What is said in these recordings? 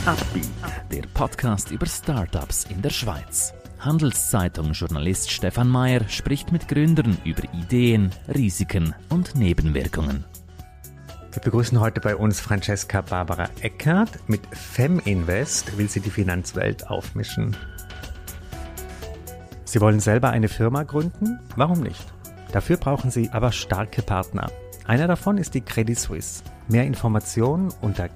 Upbeat, der Podcast über Startups in der Schweiz. Handelszeitung-Journalist Stefan Mayer spricht mit Gründern über Ideen, Risiken und Nebenwirkungen. Wir begrüßen heute bei uns Francesca Barbara Eckert. Mit Feminvest will sie die Finanzwelt aufmischen. Sie wollen selber eine Firma gründen? Warum nicht? Dafür brauchen Sie aber starke Partner. Einer davon ist die Credit Suisse. Mehr Informationen unter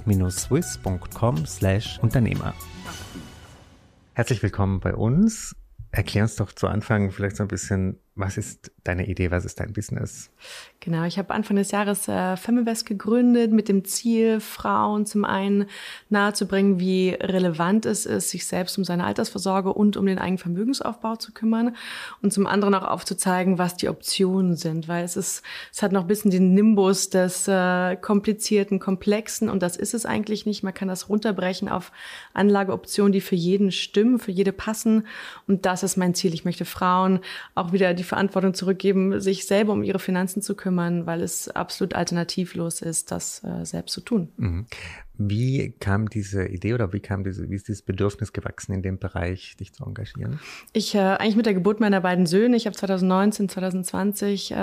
credit-suisse.com/Unternehmer. Herzlich willkommen bei uns. Erklär uns doch zu Anfang vielleicht so ein bisschen, was ist deine Idee, was ist dein Business? Genau, ich habe Anfang des Jahres Feminvest gegründet mit dem Ziel, Frauen zum einen nahezubringen, wie relevant es ist, sich selbst um seine Altersvorsorge und um den eigenen Vermögensaufbau zu kümmern und zum anderen auch aufzuzeigen, was die Optionen sind, weil es hat noch ein bisschen den Nimbus des komplizierten, komplexen und das ist es eigentlich nicht. Man kann das runterbrechen auf Anlageoptionen, die für jeden stimmen, für jede passen und das ist mein Ziel. Ich möchte Frauen auch wieder die Verantwortung zurückgeben, sich selber um ihre Finanzen zu kümmern, weil es absolut alternativlos ist, das selbst zu tun. Mhm. Wie kam diese Idee oder wie ist dieses Bedürfnis gewachsen, in dem Bereich dich zu engagieren? Eigentlich mit der Geburt meiner beiden Söhne. Ich habe 2019, 2020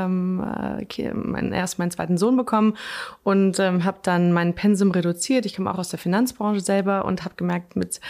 meinen zweiten Sohn bekommen und habe dann mein Pensum reduziert. Ich komme auch aus der Finanzbranche selber und habe gemerkt, mit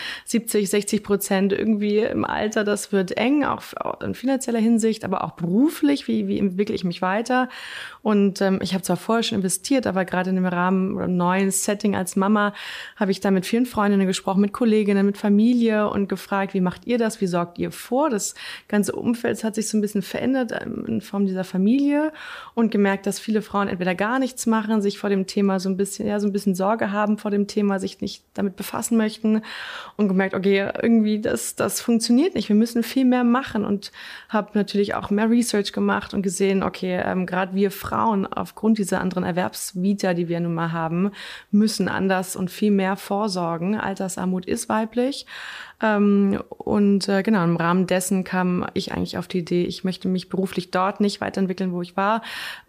70-60% irgendwie im Alter, das wird eng, auch in finanzieller Hinsicht, aber auch beruflich, wie entwickle ich mich weiter? Und ich habe zwar vorher schon investiert, aber gerade in dem Rahmen oder neuen Setting als Mama habe ich da mit vielen Freundinnen gesprochen, mit Kolleginnen, mit Familie und gefragt, wie macht ihr das, wie sorgt ihr vor? Das ganze Umfeld hat sich so ein bisschen verändert in Form dieser Familie und gemerkt, dass viele Frauen entweder gar nichts machen, sich vor dem Thema so ein bisschen Sorge haben vor dem Thema, sich nicht damit befassen möchten und gemerkt, okay, irgendwie das funktioniert nicht, wir müssen viel mehr machen und habe natürlich auch mehr Research gemacht und gesehen, okay, gerade wir Frauen aufgrund dieser anderen Erwerbsvita, die wir nun mal haben, müssen anders und viel mehr vorsorgen. Altersarmut ist weiblich. Genau, im Rahmen dessen kam ich eigentlich auf die Idee, ich möchte mich beruflich dort nicht weiterentwickeln, wo ich war,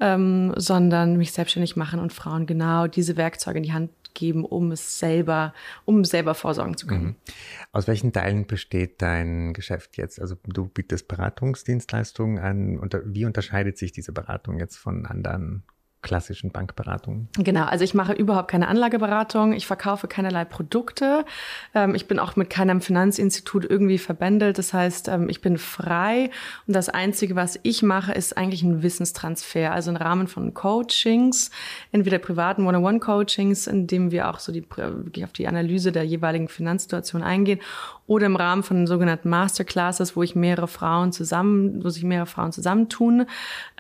sondern mich selbstständig machen und Frauen genau diese Werkzeuge in die Hand geben, um selber vorsorgen zu können. Mhm. Aus welchen Teilen besteht dein Geschäft jetzt? Also du bietest Beratungsdienstleistungen an. Wie unterscheidet sich diese Beratung jetzt von anderen klassischen Bankberatungen? Genau, also ich mache überhaupt keine Anlageberatung, ich verkaufe keinerlei Produkte, ich bin auch mit keinem Finanzinstitut irgendwie verbändelt, das heißt, ich bin frei und das Einzige, was ich mache, ist eigentlich ein Wissenstransfer, also im Rahmen von Coachings, entweder privaten One-on-One-Coachings, in dem wir auch so wirklich auf die Analyse der jeweiligen Finanzsituation eingehen oder im Rahmen von sogenannten Masterclasses, wo sich mehrere Frauen zusammentun,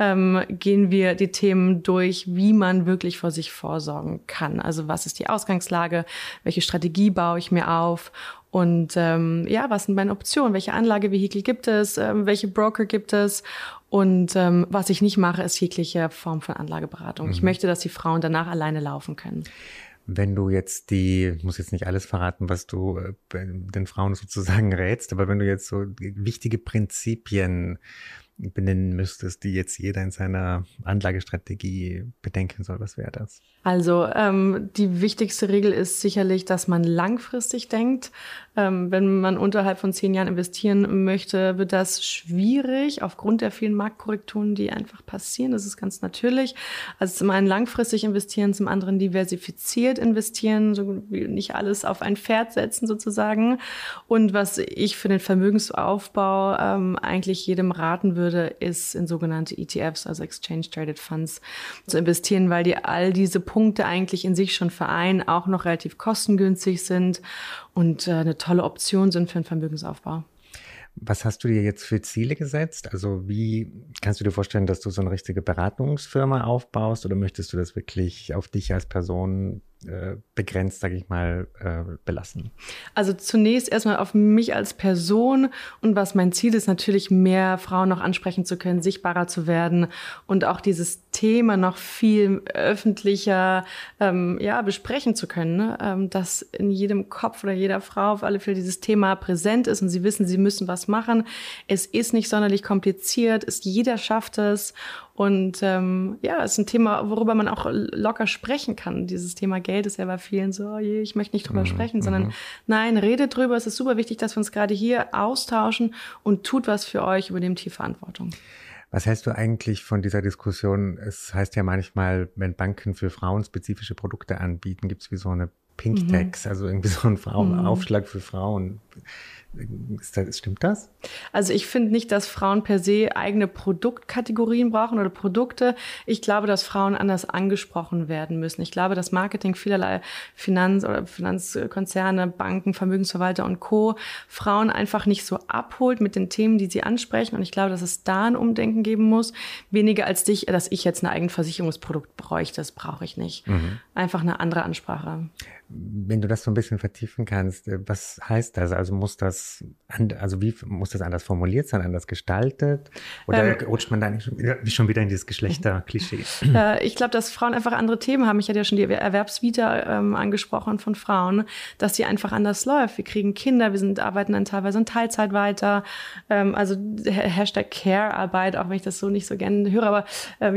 gehen wir die Themen durch, wie man wirklich vor sich vorsorgen kann. Also was ist die Ausgangslage, welche Strategie baue ich mir auf und was sind meine Optionen, welche Anlagevehikel gibt es, welche Broker gibt es und was ich nicht mache, ist jegliche Form von Anlageberatung. Ich möchte, dass die Frauen danach alleine laufen können. Wenn du jetzt ich muss jetzt nicht alles verraten, was du den Frauen sozusagen rätst, aber wenn du jetzt so wichtige Prinzipien benennen müsstest, die jetzt jeder in seiner Anlagestrategie bedenken soll, was wäre das? Also die wichtigste Regel ist sicherlich, dass man langfristig denkt. Wenn man unterhalb von 10 Jahren investieren möchte, wird das schwierig aufgrund der vielen Marktkorrekturen, die einfach passieren. Das ist ganz natürlich. Also zum einen langfristig investieren, zum anderen diversifiziert investieren, so nicht alles auf ein Pferd setzen sozusagen. Und was ich für den Vermögensaufbau eigentlich jedem raten würde, ist in sogenannte ETFs, also Exchange Traded Funds, zu investieren, weil die all diese Punkte eigentlich in sich schon vereinen, auch noch relativ kostengünstig sind und eine tolle Option sind für den Vermögensaufbau. Was hast du dir jetzt für Ziele gesetzt? Also wie kannst du dir vorstellen, dass du so eine richtige Beratungsfirma aufbaust oder möchtest du das wirklich auf dich als Person begrenzt, sage ich mal, belassen? Also zunächst erstmal auf mich als Person und was mein Ziel ist, natürlich mehr Frauen noch ansprechen zu können, sichtbarer zu werden und auch dieses Thema noch viel öffentlicher besprechen zu können, ne? Dass in jedem Kopf oder jeder Frau auf alle Fälle dieses Thema präsent ist und sie wissen, sie müssen was machen. Es ist nicht sonderlich kompliziert, jeder schafft es. Und es ist ein Thema, worüber man auch locker sprechen kann. Dieses Thema Geld ist ja bei vielen so, oh je, ich möchte nicht drüber sprechen, sondern nein, redet drüber. Es ist super wichtig, dass wir uns gerade hier austauschen und tut was für euch, übernehmt hier Verantwortung. Was hältst du eigentlich von dieser Diskussion? Es heißt ja manchmal, wenn Banken für Frauen spezifische Produkte anbieten, gibt es wie so eine Pink Tax, also irgendwie so ein Aufschlag für Frauen. Stimmt das? Also ich finde nicht, dass Frauen per se eigene Produktkategorien brauchen oder Produkte. Ich glaube, dass Frauen anders angesprochen werden müssen. Ich glaube, dass Marketing vielerlei Finanzkonzerne, Banken, Vermögensverwalter und Co. Frauen einfach nicht so abholt mit den Themen, die sie ansprechen. Und ich glaube, dass es da ein Umdenken geben muss. Weniger als dass ich jetzt ein eigenes Versicherungsprodukt bräuchte. Das brauche ich nicht. Einfach eine andere Ansprache. Wenn du das so ein bisschen vertiefen kannst, was heißt das? Also wie muss das anders formuliert sein, anders gestaltet? Oder rutscht man da nicht schon wieder in dieses Geschlechterklischee? Ich glaube, dass Frauen einfach andere Themen haben. Ich hatte ja schon die Erwerbsvita angesprochen von Frauen, dass sie einfach anders läuft. Wir kriegen Kinder, wir arbeiten dann teilweise in Teilzeit weiter. Also #Care-Arbeit, auch wenn ich das so nicht so gerne höre. Aber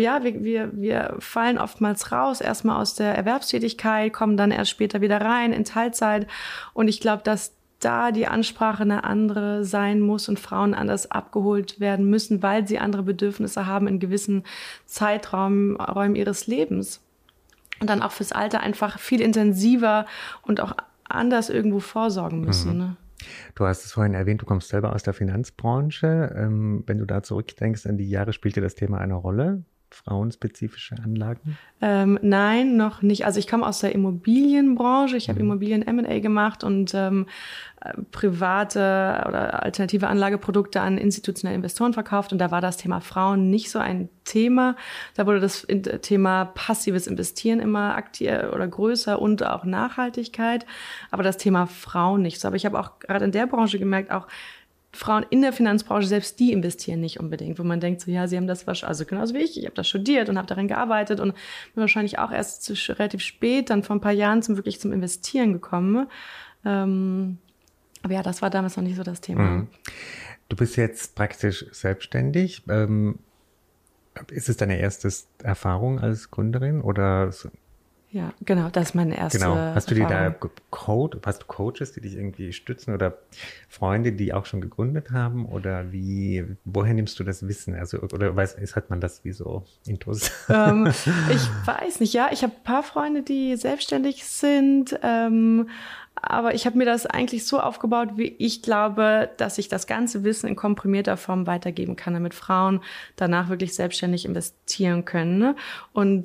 wir fallen oftmals raus, erstmal aus der Erwerbstätigkeit, kommen dann erst später wieder rein in Teilzeit. Und ich glaube, dass da die Ansprache eine andere sein muss und Frauen anders abgeholt werden müssen, weil sie andere Bedürfnisse haben in gewissen Zeiträumen ihres Lebens. Und dann auch fürs Alter einfach viel intensiver und auch anders irgendwo vorsorgen müssen. Ne? Du hast es vorhin erwähnt, du kommst selber aus der Finanzbranche. Wenn du da zurückdenkst an die Jahre, spielt dir das Thema eine Rolle? Frauenspezifische Anlagen? Nein, noch nicht. Also ich komme aus der Immobilienbranche. Ich habe Immobilien M&A gemacht und private oder alternative Anlageprodukte an institutionelle Investoren verkauft. Und da war das Thema Frauen nicht so ein Thema. Da wurde das Thema passives Investieren immer aktiver oder größer und auch Nachhaltigkeit. Aber das Thema Frauen nicht so. Aber ich habe auch gerade in der Branche gemerkt, auch Frauen in der Finanzbranche, selbst die investieren nicht unbedingt, wo man denkt, so ja, sie haben das wahrscheinlich, also genauso wie ich habe das studiert und habe darin gearbeitet und bin wahrscheinlich auch erst relativ spät, dann vor ein paar Jahren wirklich zum Investieren gekommen. Aber ja, das war damals noch nicht so das Thema. Du bist jetzt praktisch selbstständig. Ist es deine erste Erfahrung als Gründerin oder? Ja, genau, das ist meine erste Erfahrung. Hast du hast du Coaches, die dich irgendwie stützen oder Freunde, die auch schon gegründet haben oder woher nimmst du das Wissen? Also, oder hat man das wie so Intus? Ich weiß nicht, ja, ich habe ein paar Freunde, die selbstständig sind, aber ich habe mir das eigentlich so aufgebaut, wie ich glaube, dass ich das ganze Wissen in komprimierter Form weitergeben kann, damit Frauen danach wirklich selbstständig investieren können. Ne? Und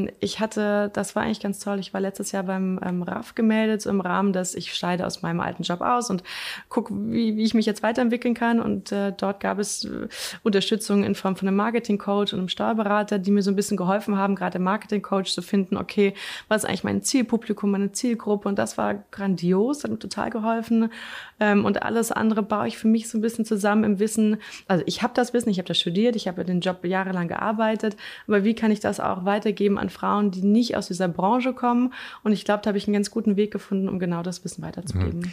das war eigentlich ganz toll, ich war letztes Jahr beim RAF gemeldet, so im Rahmen, dass ich scheide aus meinem alten Job aus und gucke, wie ich mich jetzt weiterentwickeln kann. Und dort gab es Unterstützung in Form von einem Marketing-Coach und einem Steuerberater, die mir so ein bisschen geholfen haben, gerade im Marketing-Coach zu finden, okay, was ist eigentlich mein Zielpublikum, meine Zielgruppe? Und das war grandios, hat mir total geholfen. Und alles andere baue ich für mich so ein bisschen zusammen im Wissen. Also ich habe das Wissen, ich habe das studiert, ich habe den Job jahrelang gearbeitet. Aber wie kann ich das auch weitergeben an Frauen, die nicht aus dieser Branche kommen? Und ich glaube, da habe ich einen ganz guten Weg gefunden, um genau das Wissen weiterzugeben.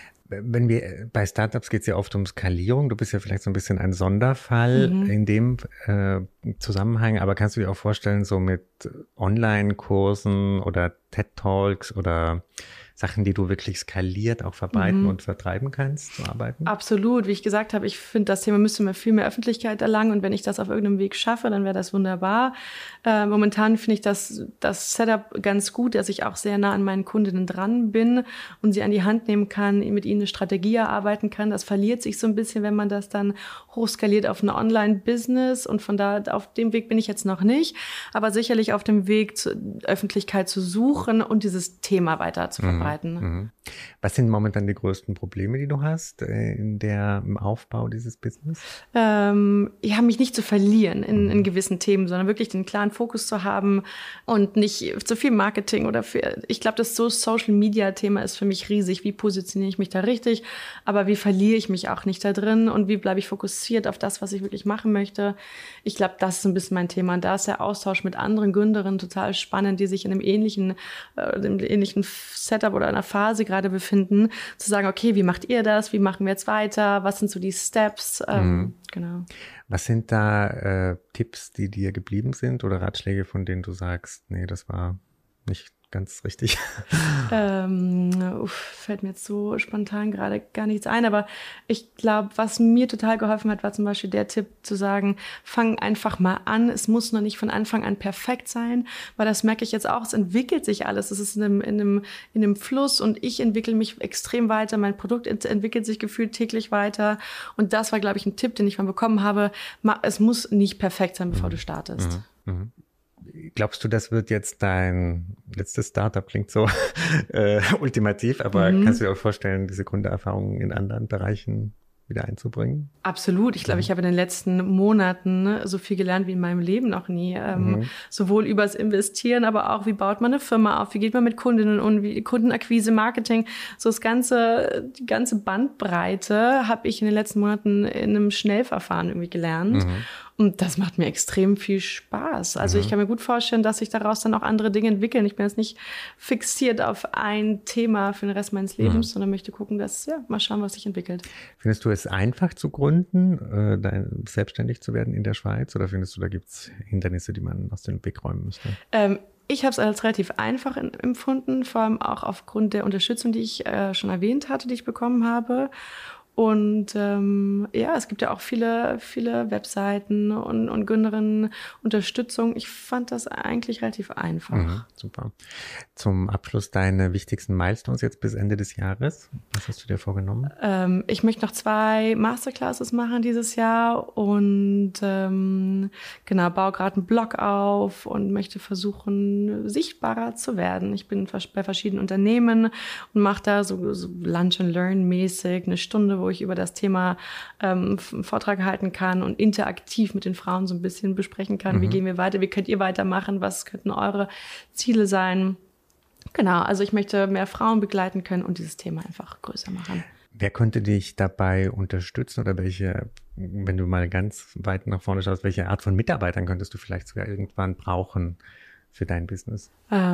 Bei Startups geht es ja oft um Skalierung. Du bist ja vielleicht so ein bisschen ein Sonderfall in dem Zusammenhang, aber kannst du dir auch vorstellen, so mit Online-Kursen oder TED-Talks oder Sachen, die du wirklich skaliert auch verbreiten und vertreiben kannst, zu arbeiten? Absolut. Wie ich gesagt habe, ich finde, das Thema müsste mir viel mehr Öffentlichkeit erlangen und wenn ich das auf irgendeinem Weg schaffe, dann wäre das wunderbar. Momentan finde ich das Setup ganz gut, dass ich auch sehr nah an meinen Kundinnen dran bin und sie an die Hand nehmen kann, mit ihnen eine Strategie erarbeiten kann. Das verliert sich so ein bisschen, wenn man das dann hochskaliert auf ein Online-Business und von da auf dem Weg bin ich jetzt noch nicht, aber sicherlich auf dem Weg, Öffentlichkeit zu suchen und dieses Thema weiter zu verbreiten. Was sind momentan die größten Probleme, die du hast im Aufbau dieses Business? Mich nicht zu verlieren in gewissen Themen, sondern wirklich den klaren Fokus zu haben und nicht zu viel Marketing ich glaube, das Social-Media-Thema ist für mich riesig. Wie positioniere ich mich da richtig? Aber wie verliere ich mich auch nicht da drin? Und wie bleibe ich fokussiert auf das, was ich wirklich machen möchte? Ich glaube, das ist ein bisschen mein Thema. Und da ist der Austausch mit anderen Gründerinnen total spannend, die sich in einem ähnlichen Setup oder einer Phase gerade befinden, zu sagen, okay, wie macht ihr das? Wie machen wir jetzt weiter? Was sind so die Steps? Genau. Was sind da Tipps, die dir geblieben sind oder Ratschläge, von denen du sagst, nee, das war nicht ganz richtig? Fällt mir jetzt so spontan gerade gar nichts ein, aber ich glaube, was mir total geholfen hat, war zum Beispiel der Tipp zu sagen, fang einfach mal an, es muss noch nicht von Anfang an perfekt sein, weil das merke ich jetzt auch, es entwickelt sich alles, es ist in einem Fluss und ich entwickle mich extrem weiter, mein Produkt entwickelt sich gefühlt täglich weiter und das war, glaube ich, ein Tipp, den ich mal bekommen habe, es muss nicht perfekt sein, bevor du startest. Glaubst du, das wird jetzt dein letztes Startup? Klingt so ultimativ, aber kannst du dir auch vorstellen, diese Grunderfahrungen in anderen Bereichen wieder einzubringen? Absolut. Ich glaube, ich habe in den letzten Monaten so viel gelernt wie in meinem Leben noch nie. Sowohl übers Investieren, aber auch, wie baut man eine Firma auf, wie geht man mit Kundinnen um, wie Kundenakquise, Marketing. So die ganze Bandbreite habe ich in den letzten Monaten in einem Schnellverfahren irgendwie gelernt. Und das macht mir extrem viel Spaß. Also ich kann mir gut vorstellen, dass sich daraus dann auch andere Dinge entwickeln. Ich bin jetzt nicht fixiert auf ein Thema für den Rest meines Lebens, sondern möchte gucken, dass, mal schauen, was sich entwickelt. Findest du es einfach zu gründen, selbstständig zu werden in der Schweiz? Oder findest du, da gibt es Hindernisse, die man aus dem Weg räumen müsste? Ich habe es als relativ einfach empfunden, vor allem auch aufgrund der Unterstützung, die ich schon erwähnt hatte, die ich bekommen habe. Und es gibt ja auch viele Webseiten und Gründerinnen-Unterstützung. Ich fand das eigentlich relativ einfach. Super. Zum Abschluss deine wichtigsten Milestones jetzt bis Ende des Jahres. Was hast du dir vorgenommen? Ich möchte noch 2 Masterclasses machen dieses Jahr und baue gerade einen Blog auf und möchte versuchen, sichtbarer zu werden. Ich bin bei verschiedenen Unternehmen und mache da so Lunch and Learn mäßig eine Stunde, wo ich über das Thema einen Vortrag halten kann und interaktiv mit den Frauen so ein bisschen besprechen kann. Wie gehen wir weiter? Wie könnt ihr weitermachen? Was könnten eure Ziele sein? Genau, also ich möchte mehr Frauen begleiten können und dieses Thema einfach größer machen. Wer könnte dich dabei unterstützen oder welche, wenn du mal ganz weit nach vorne schaust, welche Art von Mitarbeitern könntest du vielleicht sogar irgendwann brauchen für dein Business?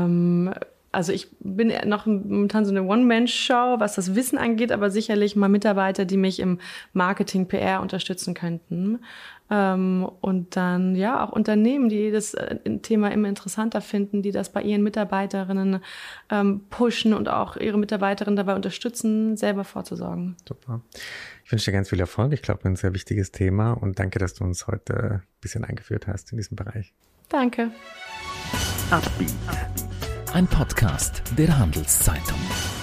Also ich bin noch momentan so eine One-Man-Show, was das Wissen angeht, aber sicherlich mal Mitarbeiter, die mich im Marketing, PR unterstützen könnten. Und dann auch Unternehmen, die das Thema immer interessanter finden, die das bei ihren Mitarbeiterinnen pushen und auch ihre Mitarbeiterinnen dabei unterstützen, selber vorzusorgen. Super. Ich wünsche dir ganz viel Erfolg. Ich glaube, ein sehr wichtiges Thema und danke, dass du uns heute ein bisschen eingeführt hast in diesem Bereich. Danke. Ein Podcast der Handelszeitung.